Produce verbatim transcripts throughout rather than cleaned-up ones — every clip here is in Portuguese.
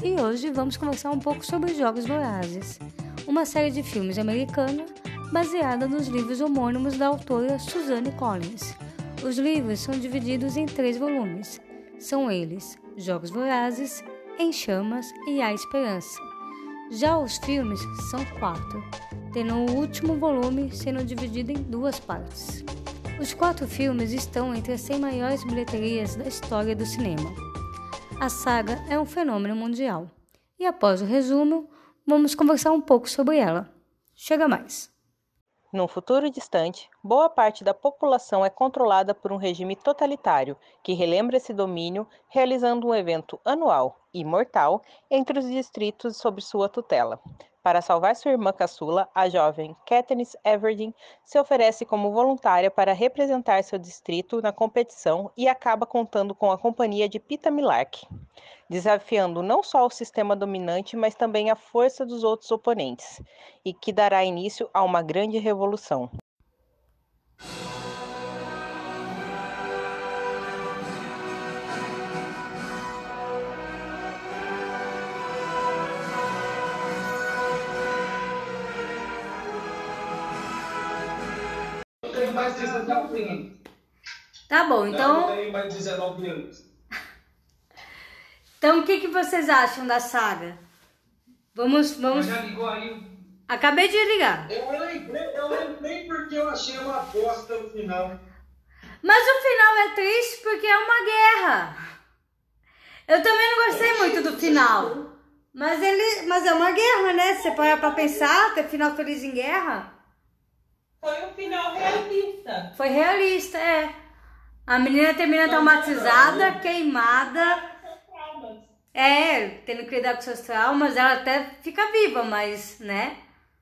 e hoje vamos conversar um pouco sobre Jogos Vorazes, uma série de filmes americana baseada nos livros homônimos da autora Suzanne Collins. Os livros são divididos em três volumes. São eles Jogos Vorazes, Em Chamas e A Esperança. Já os filmes são quatro, tendo o último volume sendo dividido em duas partes. Os quatro filmes estão entre as cem maiores bilheterias da história do cinema. A saga é um fenômeno mundial. E após o resumo, vamos conversar um pouco sobre ela. Chega mais! Num futuro distante, boa parte da população é controlada por um regime totalitário que relembra esse domínio, realizando um evento anual e mortal entre os distritos sob sua tutela. Para salvar sua irmã caçula, a jovem Katniss Everdeen se oferece como voluntária para representar seu distrito na competição e acaba contando com a companhia de Peeta Mellark, desafiando não só o sistema dominante, mas também a força dos outros oponentes, e que dará início a uma grande revolução. Mais dezenove minutos. Tá bom, então... Eu tenho mais dezenove minutos. Então, o que, que vocês acham da saga? Vamos, vamos... Já ligou aí? Acabei de ligar. Eu lembrei, eu lembrei porque eu achei uma bosta no final. Mas o final é triste porque é uma guerra. Eu também não gostei muito do final. Mas, ele, mas é uma guerra, né? Você para pra pensar, ter final feliz em guerra... Foi um final realista. Foi realista, é. A menina termina traumatizada, queimada. É, tendo que lidar com seus traumas. Ela até fica viva, mas, né?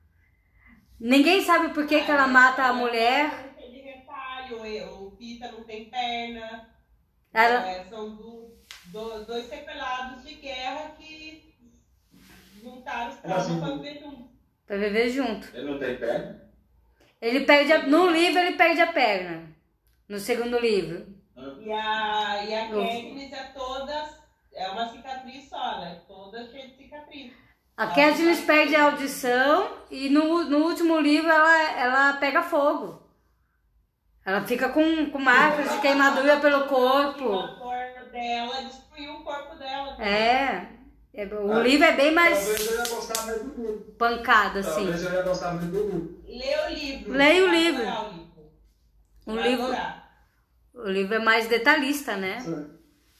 Ninguém sabe por que, que ela mata a mulher. De retalho, o Peeta não tem perna. Ela... É, são do, do, dois sequelados de guerra que juntaram os traumas assim, pra viver junto. Pra viver junto. Ele não tem perna? Ele perde a, no livro ele perde a perna. No segundo livro. E a, e a Katniss é toda, é uma cicatriz só, né? Toda cheia de cicatriz. A Katniss perde a audição e no, no último livro ela, ela pega fogo. Ela fica com, com marcas de queimadura pelo corpo. A cor dela destruiu o corpo dela. É. É, o ah, livro é bem mais, talvez eu ia gostar mais do livro. Pancado, assim. Talvez eu ia gostar mais do livro. Lê o livro. Leia o livro. O livro. livro, o livro é mais detalhista, né? Sim.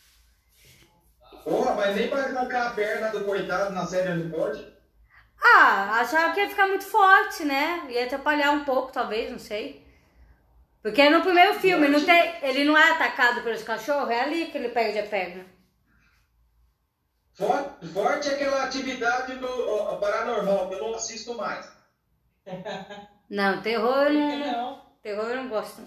Porra, mas nem pra arrancar a perna do coitado na série não pode? Ah, achava que ia ficar muito forte, né? Ia atrapalhar um pouco, talvez, não sei. Porque no primeiro filme não tem, ele não é atacado pelos cachorros, é ali que ele perde a perna. Forte, forte é aquela atividade do ó, paranormal, que eu não assisto mais. Não, terror eu não, não. Terror eu não gosto.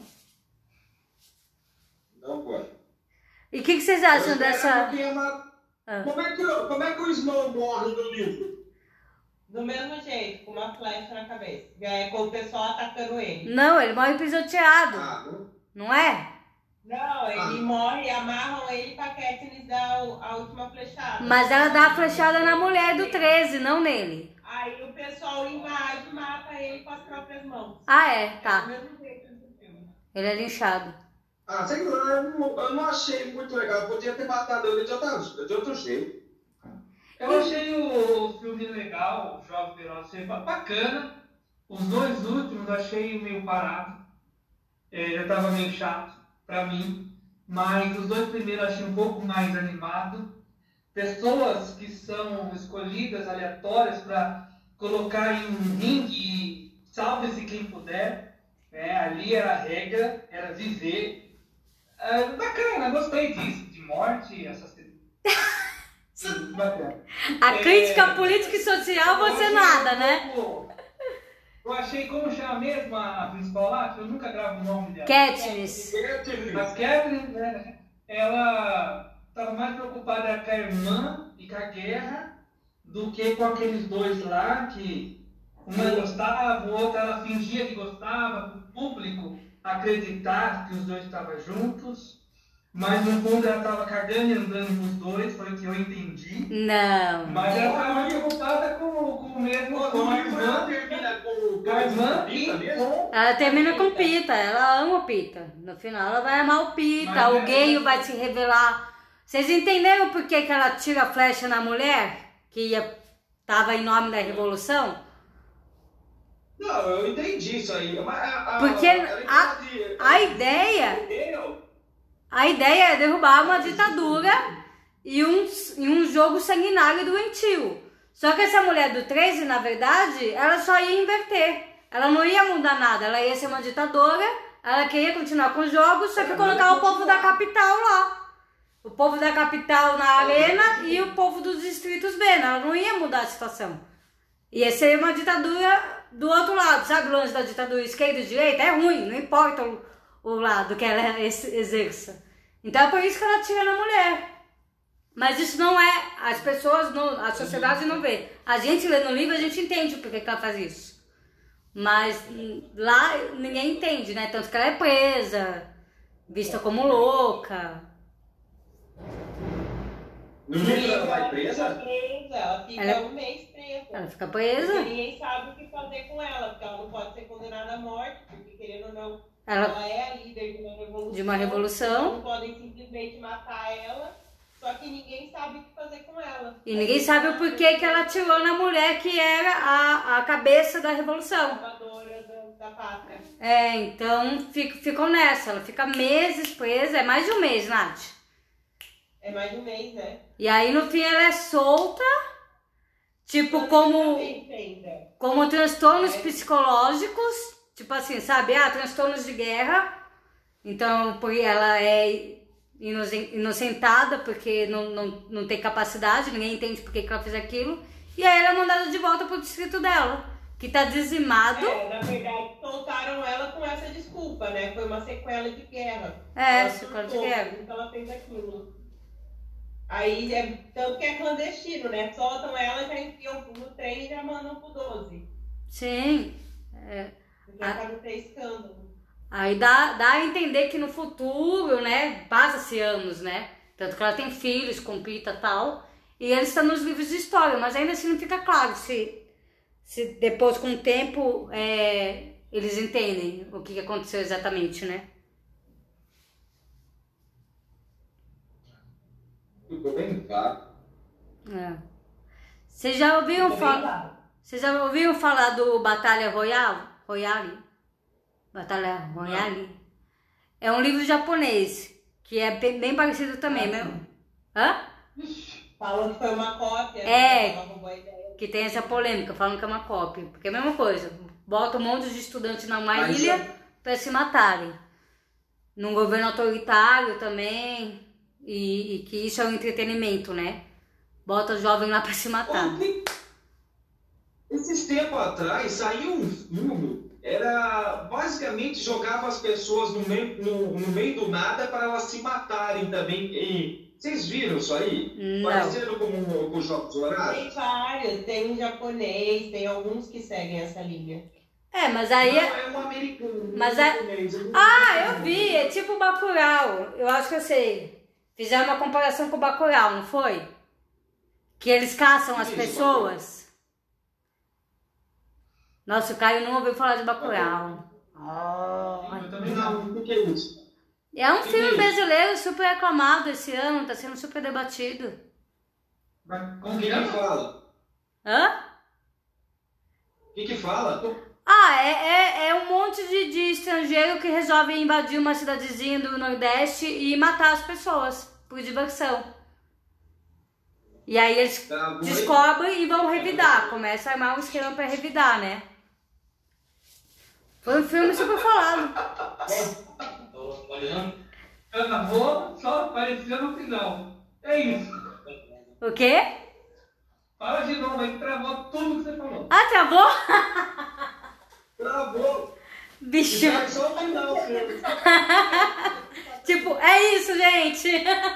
Não pode. E o que, que vocês acham dessa... Uma... Ah. Como, é que, como é que o Snow morre no livro? Do mesmo jeito, com uma flecha na cabeça. É, com o pessoal atacando ele. Não, ele morre pisoteado. Ah, não. Não é? Não, ele Ah. morre e amarram ele pra Katniss dar a última flechada. Mas ela dá a flechada na mulher do treze, não nele. Aí o pessoal invade e mata ele com as próprias mãos. Ah, é? Tá. É do mesmo jeito do filme. Ele é linchado. Ah, sei lá, eu não, eu não achei muito legal. Eu podia ter matado ele de outro, de outro jeito. Eu achei o filme legal, o Jovem Veloz, achei bacana. Os dois últimos eu achei meio parado. É, já tava meio chato pra mim. Mas os dois primeiros eu achei um pouco mais animado. Pessoas que são escolhidas aleatórias para colocar em um ringue e salve-se quem puder. É, ali era a regra, era viver. É, bacana, gostei disso, de morte, assassinato. Bacana. A é, crítica política e social você nada, né? Pouco, eu achei, como chama mesmo a principal lá, que eu nunca gravo o nome dela. Katniss. A Katniss, né? Ela estava mais preocupada com a irmã e com a guerra do que com aqueles dois lá que uma gostava, o outro ela fingia que gostava, para o público acreditar que os dois estavam juntos. Mas no fundo ela tava cagando e andando com os dois, foi o que eu entendi. Não. Mas ela tava preocupada com, com o mesmo, Pô, com no a livro irmã. ela termina com Com a irmã Pita e mesmo? com... Ela termina com o Pita, ela ama o Pita. No final ela vai amar o Pita, Mas o é- gay vai se revelar. Vocês entenderam por que, que ela tira a flecha na mulher? Que ia, tava em nome da revolução? Não, eu entendi isso aí. Mas a, a, Porque ela a- invade- a ideia- Entendeu? A ideia é derrubar uma ditadura e um, e um jogo sanguinário e doentio. Só que essa mulher do treze, na verdade, ela só ia inverter. Ela não ia mudar nada, ela ia ser uma ditadora, ela queria continuar com os jogos, só que colocar o povo da capital lá. O povo da capital na arena e o povo dos distritos vendo. Ela não ia mudar a situação. Ia ser uma ditadura do outro lado, sabe? O lance da ditadura esquerda e direita é ruim, não importa o, o lado que ela ex- exerça. Então é por isso que ela tira na mulher. Mas isso não é, as pessoas, não, a sociedade não vê. A gente lê no livro, a gente entende por que que ela faz isso. Mas hum, lá ninguém entende, né? Tanto que ela é presa, vista como louca. No livro ela vai presa? presa, ela fica Ela- um mês presa. Ela fica Porque presa. ninguém sabe o que fazer com ela, porque ela não pode ser condenada à morte, porque querendo ou não, Ela, ela é a líder de uma revolução. de uma revolução. Não podem simplesmente matar ela, só que ninguém sabe o que fazer com ela. E ninguém sabe o porquê que ela atirou na mulher que era a, a cabeça da revolução. Salvadora da, da pátria. É, então fico, ficam nessa. Ela fica meses presa, é mais de um mês, Nath. É mais de um mês, né? E aí no fim ela é solta, tipo como, Ainda. como transtornos psicológicos, tipo assim, sabe? Ah, transtornos de guerra. Então, porque ela é inozen- inocentada, porque não, não, não tem capacidade, ninguém entende por que que ela fez aquilo. E aí ela é mandada de volta pro distrito dela, que tá dizimado. É, na verdade, soltaram ela com essa desculpa, né? Foi uma sequela de guerra. É, Ela sequela de surtou, guerra. Então ela fez aquilo. Aí, é, tanto que é clandestino, né? Soltam ela, já enfiam no trem e já mandam pro doze. Sim. É. Já Ah. pra não ter escândalo. Aí dá, dá a entender que no futuro, né, passa-se anos, né? Tanto que ela tem filhos com Pita e tal. E eles estão nos livros de história, mas ainda assim não fica claro se, se depois, com o tempo, é, eles entendem o que aconteceu exatamente, né? Ficou bem claro. É. Vocês já ouviram Ficou bem falar? claro. Vocês já ouviram falar do Batalha Royale? Royale? Batalha Royale? É um livro japonês, que é bem, bem parecido também, Ah, mesmo. Hã? Falam que foi uma cópia. É. né? Ela roubou a ideia. Que tem essa polêmica, falando que é uma cópia. Porque é a mesma coisa. Bota um monte de estudantes numa Mas ilha é- pra se matarem. Num governo autoritário também. E, e que isso é um entretenimento, né? Bota jovem lá pra se matar. Ontem, esses tempos atrás, saiu um filme, era basicamente jogava as pessoas no meio, no, no meio do nada para elas se matarem também. E vocês viram isso aí? Não. Parecendo com, com os Jogos Tem Horários? vários, tem um japonês, tem alguns que seguem essa linha. É, mas aí... é- Não, é um americano. Mas um é- japonês, eu não Ah, sei. eu vi. É tipo Bacurau. Eu acho que eu sei. Fizeram uma comparação com o Bacurau, não foi? Que eles caçam as Isso, pessoas. Nossa, o Caio não ouviu falar de Bacurau. Ah. Eu também não. Não, o que é isso? É um Que filme que é isso? brasileiro super aclamado esse ano, tá sendo super debatido. Mas O como que que que chama? fala? Hã? O que que fala? Ah, é, é, é um monte de, de estrangeiro que resolve invadir uma cidadezinha do Nordeste e matar as pessoas, por diversão. E aí eles Tá bom aí? descobrem e vão revidar, começa a armar um esquema pra revidar, né? Foi um filme super falado. Ana Rô só apareceu no final. É isso. O quê? Fala de novo aí, travou tudo que você falou. Ah, travou? Travou. Bicho. E sai só o final, filho. Tipo, é isso, gente.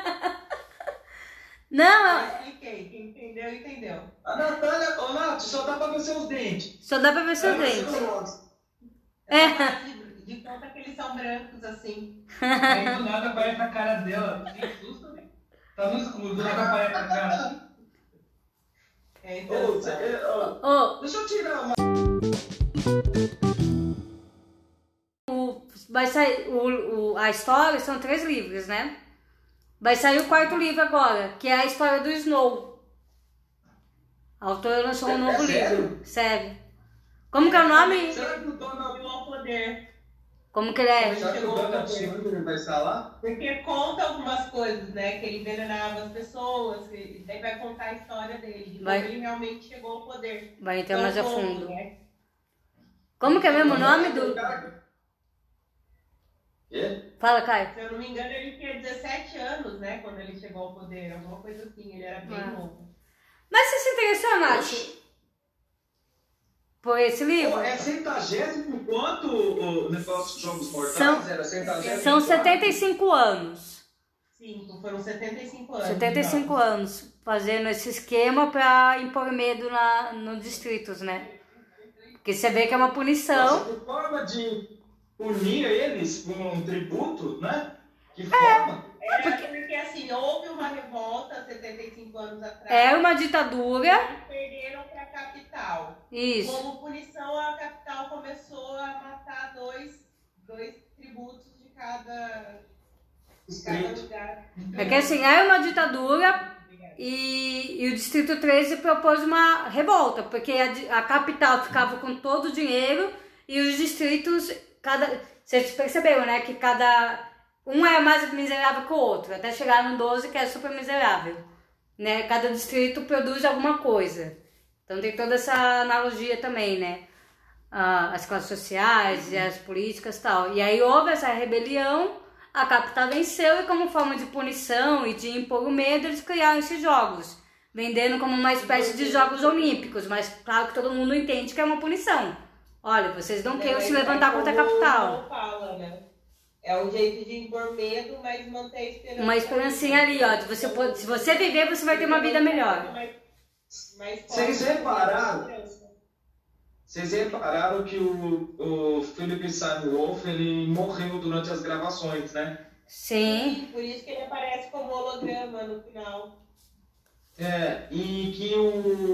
Não, Eu expliquei, quem entendeu, entendeu. A Natália, ô Nath, só dá pra ver seus dentes. só dá pra ver seus Ela vai ser dentes. grossa. É. De, de conta que eles são brancos assim. Aí do nada aparece a cara dela. Que susto, né? Tá no escuro, do nada aparece a cara. É, então, Ô, cê- é, ó, Ô, deixa eu tirar uma. o, vai sair, o, o, a história são três livros, né? Vai sair o quarto livro agora, que é a história do Snow. A autora lançou um É- novo é sério? livro. Sério. Como que é o nome? Será que o Donald Chegou ao poder. Como que ele é? Será que o Donald Trump vai estar lá? Porque conta algumas coisas, né? Que ele envenenava as pessoas, que daí vai contar a história dele, de Vai. como ele realmente chegou ao poder. Vai entrar mais a Então, fundo. né? Como que é mesmo o nome do... Quê? Fala, Caio. Se eu não me engano, ele tinha dezessete anos, né? Quando ele chegou ao poder, alguma coisa assim, ele era bem Ah. novo. Mas você se interessou, Nath, por esse livro? Pô, é centagésimo quanto o negócio dos Jogos Mortais? São- Era centagésimo São quatro? setenta e cinco anos. Cinco, foram setenta e cinco anos. setenta e cinco anos fazendo esse esquema pra impor medo na, nos distritos, né? Porque você vê que é uma punição. Nossa, que forma de punir eles com um tributo, né? Que forma? Era porque, assim, houve uma revolta setenta e cinco anos atrás. É uma ditadura. Eles perderam para a capital. Isso. Como punição, a capital começou a matar dois, dois tributos de cada, de cada Distrito. lugar. É que assim, é uma ditadura e, e o Distrito treze propôs uma revolta, porque a, di- a capital ficava com todo o dinheiro e os distritos, cada, vocês perceberam, né, que cada um é mais miserável que o outro, até chegar no doze que é super miserável, né, cada distrito produz alguma coisa, então tem toda essa analogia também, né, ah, as classes sociais e as políticas e tal, e aí houve essa rebelião, a capital venceu e como forma de punição e de impor o medo, eles criaram esses jogos, vendendo como uma espécie de jogos olímpicos, mas claro que todo mundo entende que é uma punição. Olha, vocês não queiram se levantar contra a capital. Como fala, né? É um jeito de impor medo, mas manter a esperança. Uma esperancinha ali, ó, de você pode, se você viver, você vai ter uma vida melhor. Mais- mais Vocês forte. repararam? Vocês repararam que o, o Philip Seymour Wolf, ele morreu durante as gravações, né? Sim, Por isso que ele aparece como holograma no final. É, e que o,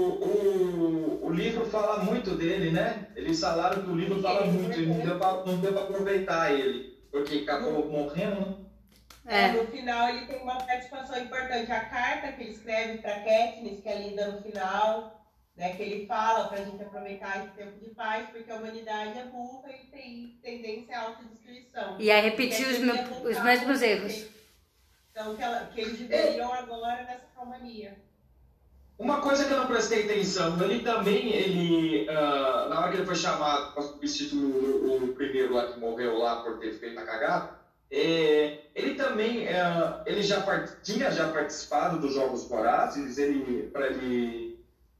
o, o livro fala muito dele, né? Eles falaram que o livro fala muito e não deu pra, não deu pra aproveitar ele, porque acabou morrendo, né? é. No final ele tem uma participação importante. A carta que ele escreve para Katniss, que é linda no final, né, que ele fala para a gente aproveitar esse tempo de paz, porque a humanidade é burra e tem tendência à autodestruição. E aí repetir os, me- os mesmos erros. Então que, ela, que eles viveriam agora nessa calmania. Uma coisa que eu não prestei atenção, ele também, ele, ah, na hora que ele foi chamado para substituir o, o primeiro lá que morreu lá por ter feito a cagada, é, ele também, é, ele já part, tinha já participado dos Jogos Vorazes, ele, para ele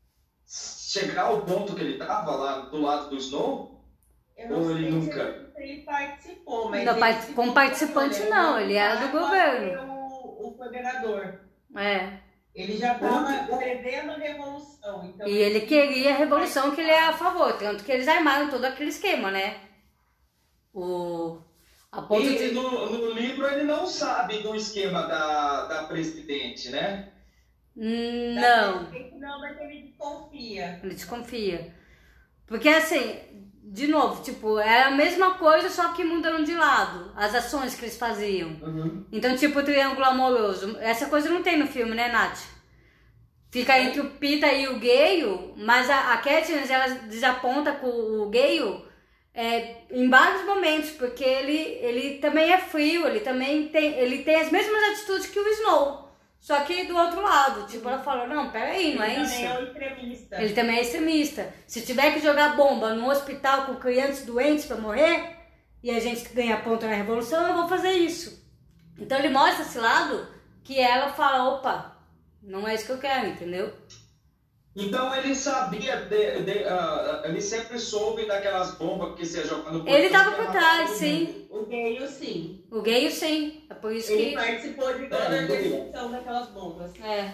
chegar ao ponto que ele estava lá do lado do Snow, Eu não ou sei ele se nunca... ele, se ele participou, mas Não, ele part- se como participante ele não, ele era do estava governo. O, o coordenador. É. Ele já estava prevendo a revolução. Então E ele queria a revolução que ele é a favor, tanto que eles armaram todo aquele esquema, né? O... A ponto E de... no, no livro ele não sabe do esquema da, da presidente, né? Não, Não, mas ele desconfia. ele desconfia. Porque assim, de novo, tipo, é a mesma coisa, só que mudando de lado, as ações que eles faziam. Uhum. Então, tipo, o triângulo amoroso, essa coisa não tem no filme, né, Nath? Fica entre o Pita e o Gale, mas a, a Katniss, ela desaponta com o Gale é, em vários momentos, porque ele, ele também é frio, ele também tem, ele tem as mesmas atitudes que o Snow, só que do outro lado. Tipo, ela fala, não, peraí, não é ele isso. também é um extremista. Ele também é extremista. Se tiver que jogar bomba no hospital com crianças doentes pra morrer, e a gente ganha ponto na revolução, eu vou fazer isso. Então ele mostra esse lado que ela fala, opa, não é isso que eu quero, entendeu? Então ele sabia, de, de, uh, ele sempre soube daquelas bombas que você joga no Ele portão tava que por ia trás, matar todo sim. mundo. O Gale, sim. O Gale, sim. É por isso Ele que... participou de toda a organização daquelas bombas. É.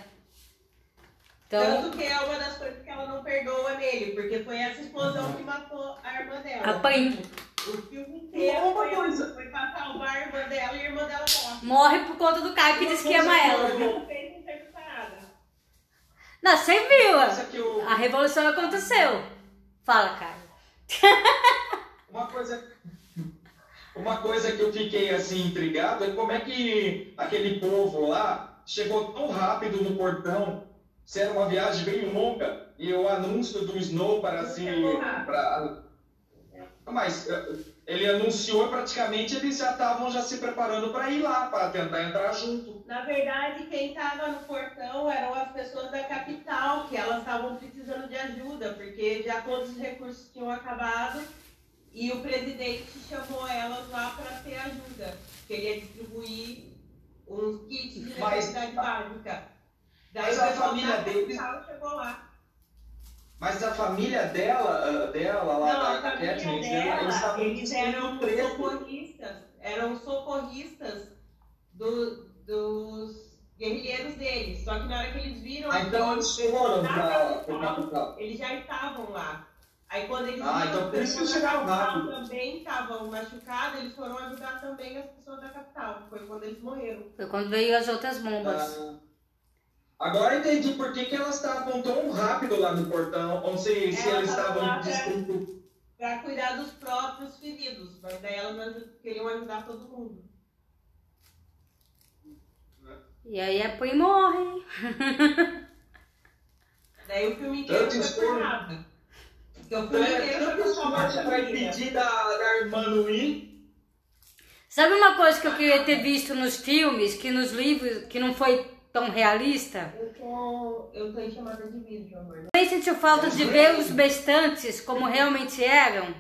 Então, Tanto que é uma das coisas que ela não perdoa nele, porque foi essa explosão que matou a irmã dela. a Pain. O filme inteiro Uma foi, coisa. foi pra salvar a irmã dela e a irmã dela morre. Morre por conta do cara que disse que ama ela. Não fez não ser preparada. Não, você viu? Coisa que eu- A revolução aconteceu. Fala, cara. Uma coisa, uma coisa que eu fiquei assim intrigado é como é que aquele povo lá chegou tão rápido no portão. Se era uma viagem bem longa e o anúncio do Snow para assim, para, mas eh, ele anunciou praticamente eles já estavam já se preparando para ir lá para tentar entrar junto. Na verdade, quem estava no portão eram as pessoas da capital, que elas estavam precisando de ajuda, porque já todos os recursos tinham acabado e o presidente chamou elas lá para ter ajuda, que ele ia distribuir uns kits de Mas- necessidade básica. Daí mas o a pessoal família da deles- capital chegou lá. Mas a família dela, ah, dela lá Não, da, a da família Katniss, dela, eles estavam eles eram sendo presos. socorristas, eram socorristas do- dos guerrilheiros deles. Só que na hora que eles viram Ah, então eles foram para a capital. eles já estavam lá. Aí quando eles Ah, viram então por isso que eles as pessoas chegaram da capital rápido. também estavam machucadas, eles foram ajudar também as pessoas da capital. Foi quando eles morreram. Foi quando veio as outras bombas. Ah, agora eu entendi por que, que elas estavam tão rápido lá no portão, ou se, se Elas eles estavam lá estavam pra- distritos. Pra cuidar dos próprios feridos. Mas daí elas aju- queriam ajudar todo mundo. E aí a Pri morre. Daí o filme inteiro Tanto foi esforço. por nada. Porque o Então filme é inteiro foi tanto pra salvar a esforço para família. impedir da, da irmã não ir. Sabe uma coisa que eu queria ter visto nos filmes, que nos livros, que não foi tão realista? Eu tô, eu tô em chamada de vídeo, amor. Também sentiu falta de ver os bestantes como realmente eram?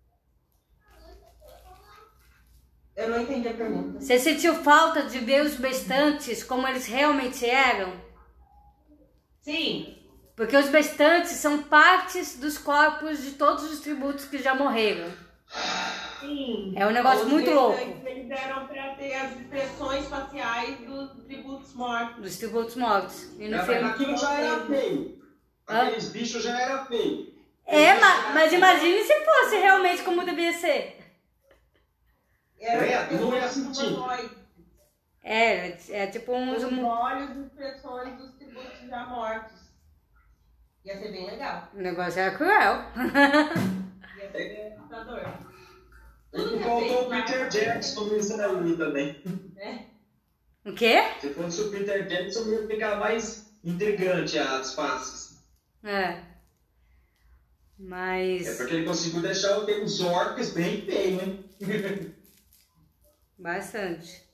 Eu não entendi a pergunta. Você sentiu falta de ver os bestantes como eles realmente eram? Sim, Porque os bestantes são partes dos corpos de todos os tributos que já morreram. sim. É um negócio Os muito louco. restantes, Eles eram pra ter as expressões faciais dos tributos mortos. Dos tributos mortos. E no É, filme... mas aquilo já era feio. Aqueles bichos já era feio. É, ma- mas imagine se fosse realmente como devia ser. Eram É, não ia pessoas sentir. humanoides. É, é tipo uns... Os Um, olhos e expressões dos tributos já mortos. Ia ser bem legal. o negócio era cruel. Ia ser bem assustador. E Tudo que é faltou feito o lá- Peter Jackson nisso daí também. né? O quê? Se fosse o Peter Jackson, ia ficar mais intrigante as faces. É. Mas... É porque ele conseguiu deixar os orcs bem feios, hein? Bastante.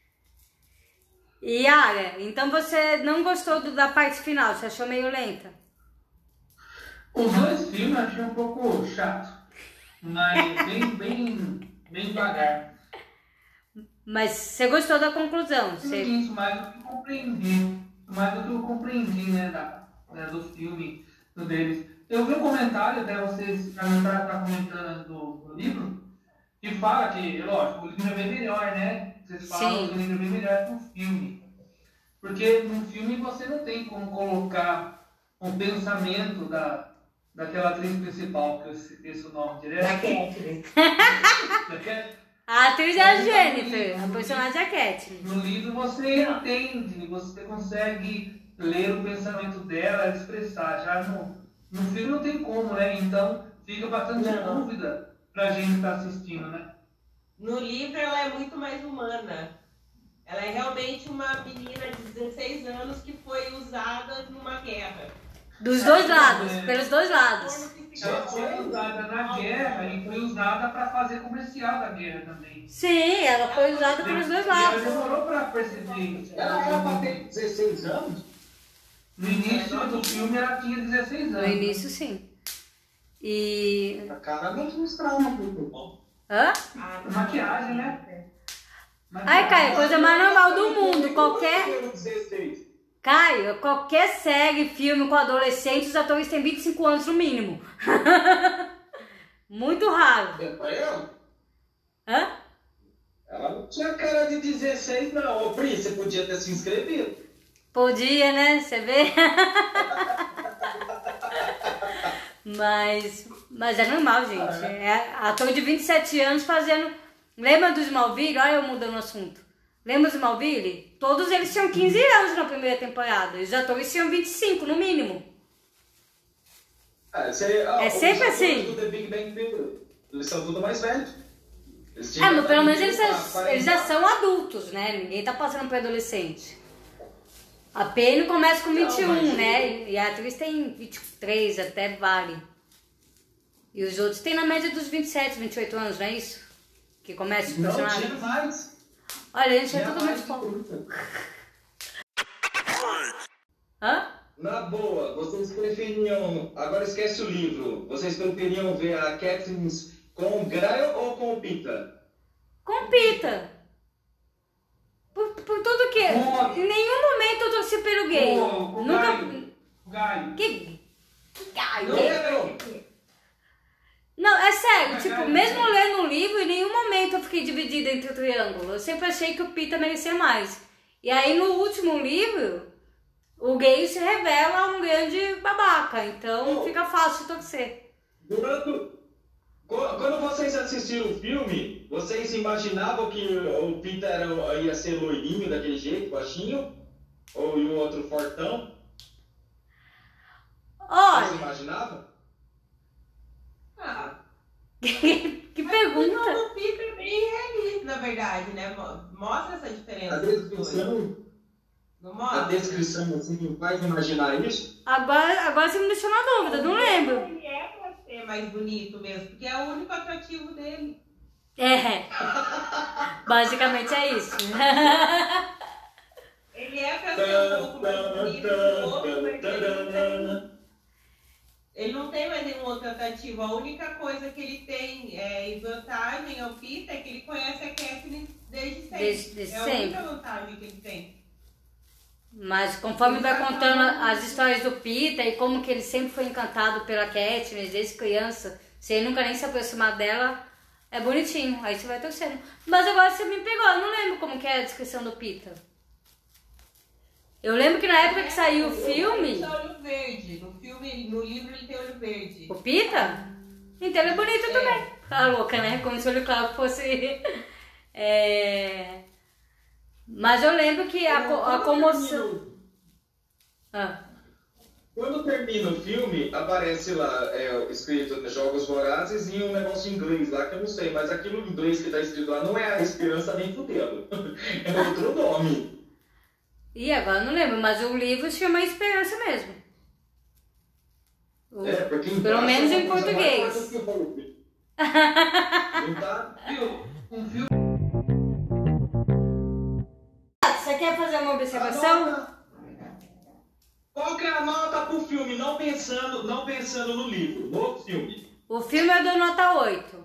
E Yara, então você não gostou do- da parte final, você achou meio lenta? Os dois filmes eu achei um pouco chato, mas bem, bem, bem devagar. Mas você gostou da conclusão? Você... Isso, mais do que compreendi, mais do que eu compreendi, né, da, né, do filme, do deles. Eu vi um comentário, até vocês já não tá, tá comentando do, do livro, que fala que, lógico, o livro é bem melhor, né? Vocês falam Sim. que o livro é bem melhor que o filme. Porque no filme você não tem como colocar um pensamento da, daquela atriz principal, que eu esqueço o nome direto. Da Catherine. Daquela- A atriz é a Jennifer, a personagem é a Katniss. No livro você entende, você consegue ler o pensamento dela, expressar. Já no, no filme não tem como, né? Então fica bastante Não. dúvida pra gente que tá assistindo, né? No livro ela é muito mais humana. Ela é realmente uma menina de dezesseis anos que foi usada numa guerra. Dos dois lados, pelos dois lados. Ela foi usada na guerra e foi usada para fazer comercial da guerra também. Sim, ela foi usada pelos dois E ela lados. demorou para perceber isso. Ela era pra ter dezesseis anos? No início do filme ela tinha dezesseis No anos. início, sim. E... A cara não mostrava muito bom. Hã? Ah, Maquiagem, né? Ai, Caio, coisa mais normal do mundo. Qualquer... dezesseis. Caio, qualquer série, filme com adolescentes, os atores têm vinte e cinco anos no mínimo. Muito raro. É pra ela? Hã? Ela não tinha cara de dezesseis, não. Ô, Pri, você podia ter se inscrevido. Podia, né? Você vê? Mas, Mas é normal, gente. É ator de vinte e sete anos fazendo... Lembra do Smallville? Olha eu mudando o assunto. Lembra do Smallville? Todos eles tinham quinze anos na primeira temporada. E os atores tinham vinte e cinco, no mínimo. É, você, ó, É sempre os atores assim. do The Big Bang Theory, eles são tudo mais velhos. Eles É, tinham mas pelo menos eles, quarenta, já- eles já são adultos, né? Ninguém tá passando por adolescente. A Penny começa com vinte e um, Não, mas- né? E a atriz tem vinte e três, até vale. E os outros têm na média dos vinte e sete, vinte e oito anos, não é isso? Que começa a Não, funcionar. tinha mais. Olha, a gente é Tinha tudo mais muito de pouco. trinta. Hã? Na boa, vocês preferiam... Agora esquece o livro. Vocês preferiam ver a Katniss com o Grail ou com o Pita? Com Pita. Por, por tudo que... Com- Em nenhum momento eu torci pelo gay. Com- com Nunca... Gaio. O Gaio. Que... Que gaio? Não é, não. Não, é sério, Mas, tipo, cara, mesmo é. lendo o livro, em nenhum momento eu fiquei dividida entre o triângulo. Eu sempre achei que o Pita merecia mais. E aí no último livro, o gay se revela um grande babaca, então Oh. fica fácil torcer. Durante... Qu- Quando vocês assistiram o filme, vocês imaginavam que o Pita era, ia ser loirinho daquele jeito, baixinho? Ou e o outro fortão? Vocês Olha, imaginavam? Ah, que mas pergunta. O Peter é bem realista, na verdade, né? Mo- Mostra essa diferença. A dos dois. descrição, Não a mostra? descrição assim, faz imaginar isso? Agora, agora você me deixou na dúvida, não lembro. Ele é pra ser mais bonito mesmo, porque é o único atrativo dele. É, basicamente é isso. Ele é pra ser um pouco mais bonito que o outro, mas ele não tem. Ele não tem mais nenhum outro atrativo. A única coisa que ele tem é, em vantagem ao Peter é que ele conhece a Katniss desde sempre. Desde- desde é a sempre. única vantagem que ele tem. Mas conforme vai contando as histórias do Peter e como que ele sempre foi encantado pela Katniss desde criança, sem nunca nem se aproximar dela, é bonitinho, aí você vai torcendo. Mas agora você me pegou, eu não lembro como que é a descrição do Peter. Eu lembro que na época que saiu o filme, Ele tem olho verde. No filme, ele- no livro ele tem olho verde. o Peter, então ele é bonito É. também. Tá louca, né? Como se o olho claro fosse... É... Mas eu lembro que a, co- a Quando comoção... termina o- Ah. Quando termina o filme, aparece lá, é, escrito Jogos Vorazes e um negócio em inglês lá, que eu não sei, mas aquilo em inglês que tá escrito lá não é a Esperança nem fudendo. É outro nome. E agora eu não lembro, mas o livro se chama Esperança mesmo. O- É, porque Pelo embaixo menos é uma em coisa mais português. fácil que o Hulk. Não tá? Viu? Um filme. Você quer fazer uma observação? Anota. Qual que é a nota pro filme? Não pensando, não pensando no livro, no filme. O filme eu dou nota oito.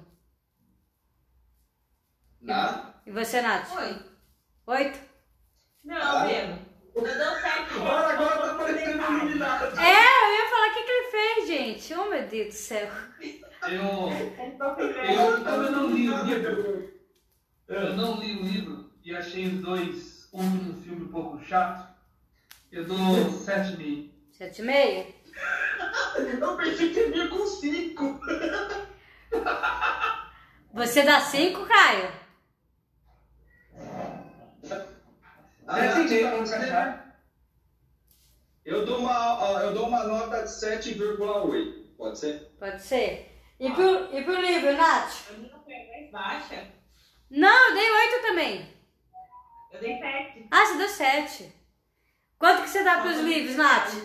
Tá? E você, Nath? Oi. oito? Não, Ah. Breno. Eu dou sete. Agora, agora tá parecendo um iluminado. É, eu ia falar o que, que ele fez, gente. Oh, meu Deus do céu. Eu, Ele tá eu, fazendo- eu não li o livro. Eu não li o livro e achei os dois, um um filme um pouco chato. Eu dou sete e meio. Sete e meio? Eu pensei que ele ia com cinco. Você dá cinco, Caio? Ah, Sete e meio, tá, vamos encaixar. Eu dou uma, ó, eu dou uma nota de sete vírgula oito, pode ser? Pode ser. E pro, e pro livro, Nath? A minha foi mais baixa. Não, eu dei oito também. Eu dei sete. Ah, você deu sete. Quanto que você dá pros livros, Nath?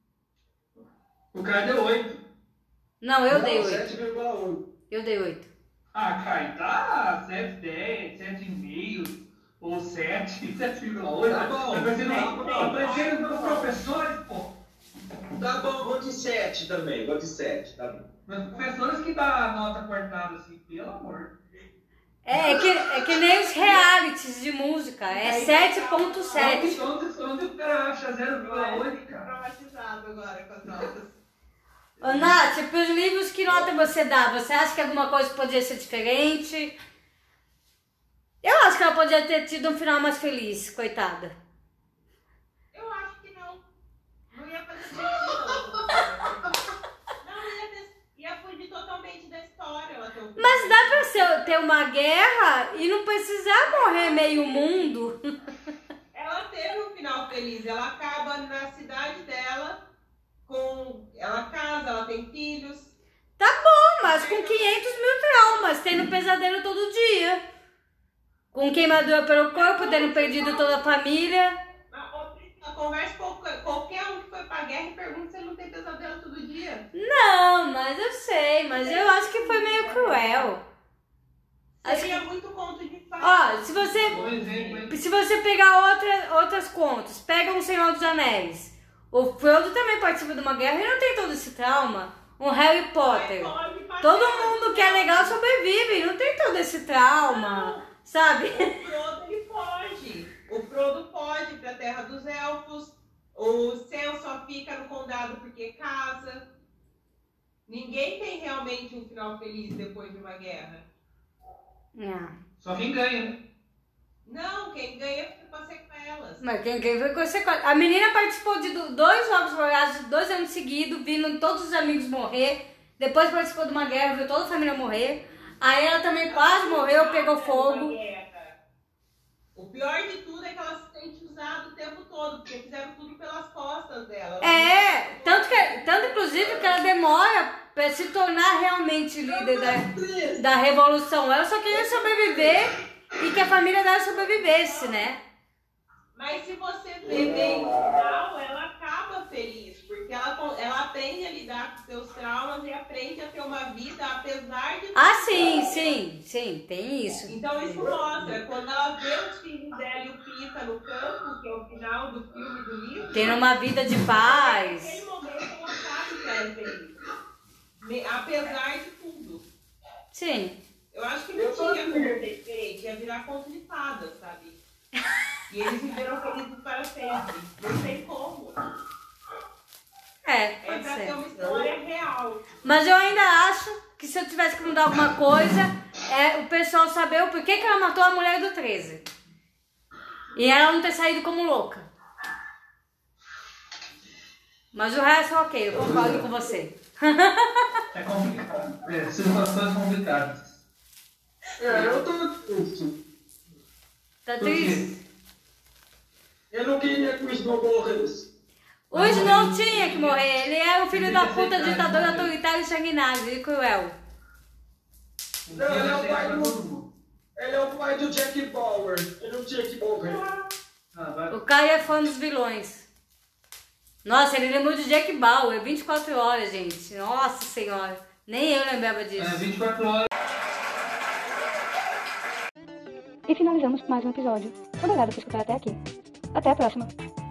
O cara deu oito. Não, eu Não, dei oito. sete vírgula oito. Eu dei oito. Ah, Caio, tá sete, dez, sete e meio ou sete, sete vírgula oito. Tá bom. Tá parecendo, Tá bom. tá parecendo os professores, pô. Tá bom, vou de sete também, vou de sete, tá bom. Mas professores que dá nota cortada assim, pelo amor. É, é que, é que nem os realities de música. É sete ponto sete. Onde, onde, onde o cara acha zero vírgula oito, cara? Traumatizado agora com as notas. Ô, Nath, pros livros, que nota você dá? Você acha que alguma coisa podia ser diferente? Eu acho que ela podia ter tido um final mais feliz, coitada. Eu acho que não. Não ia fazer sentido. Não, não ia, ter, ia fugir totalmente ter uma guerra e não precisar morrer meio mundo. Ela teve um final feliz, ela acaba na cidade dela, com ela casa, ela tem filhos. Tá bom, mas com quinhentos mil traumas, tendo pesadelo todo dia. Com queimadura pelo corpo, tendo perdido toda a família. Conversa com qualquer um que foi pra guerra e pergunta se ele não tem pesadelo todo dia. Não, mas eu sei, mas eu acho que foi meio cruel. Seria muito conto de fadas. Ó, se você, se você pegar outra, outras contas, pega um Senhor dos Anéis. O Frodo também participa de uma guerra e não tem todo esse trauma. Um Harry Potter. Todo mundo que é legal sobrevive, não tem todo esse trauma, sabe? O Frodo, ele pode. O Frodo pode ir pra Terra dos Elfos. O Sam só fica no condado porque casa. Ninguém tem realmente um final feliz depois de uma guerra. Não. Só quem ganha, né? Não, quem ganha fica com as sequelas. Mas quem ganha foi com a A menina participou de dois jogos vorazes, dois anos seguidos, vindo todos os amigos morrer. Depois participou de uma guerra, viu toda a família morrer. Aí ela também quase morreu, pegou fogo. O pior de tudo é que ela se sente usada o tempo todo, porque fizeram tudo pelas costas dela. É, tanto, que, tanto inclusive que ela demora pra se tornar realmente líder da, da revolução. Ela só queria sobreviver e que a família dela sobrevivesse, né? Mas se você vê bem no final, ela acaba feliz, porque ela, ela aprende a lidar com seus traumas e aprende a ter uma vida apesar de... Ah, sim, sim, sim, tem isso. Então isso mostra, quando ela vê os filhos dela e o Pita no campo, que é o final do filme, do livro... Tendo uma vida de paz. Naquele momento ela sabe que ela é feliz, apesar de tudo. Sim. Eu acho que não tinha como ser diferente, ia virar conto de fadas, sabe? E eles viveram felizes para sempre. Não tem como. É, É pode pra ser. ter uma história real. Mas eu ainda acho que se eu tivesse que mudar alguma coisa, é o pessoal saber o porquê que ela matou a mulher do treze. E ela não ter saído como louca. Mas o resto, ok, eu concordo com você. É complicado. É, situações complicadas. É, eu tô triste. Tá Por quê? triste? Eu não queria que o Snow morresse. O Snow tinha que morrer. Ele é o filho da puta ditador autoritário sanguinário e cruel. Não, ele é o pai do... Ele é o pai do Jack Bauer. Ele não tinha que morrer. Ah, vai. O cara é fã dos vilões. Nossa, ele lembrou de Jack Bauer. vinte e quatro horas, gente. Nossa senhora. Nem eu lembrava disso. É, vinte e quatro horas. E finalizamos mais um episódio. Obrigado por escutar até aqui. Até a próxima.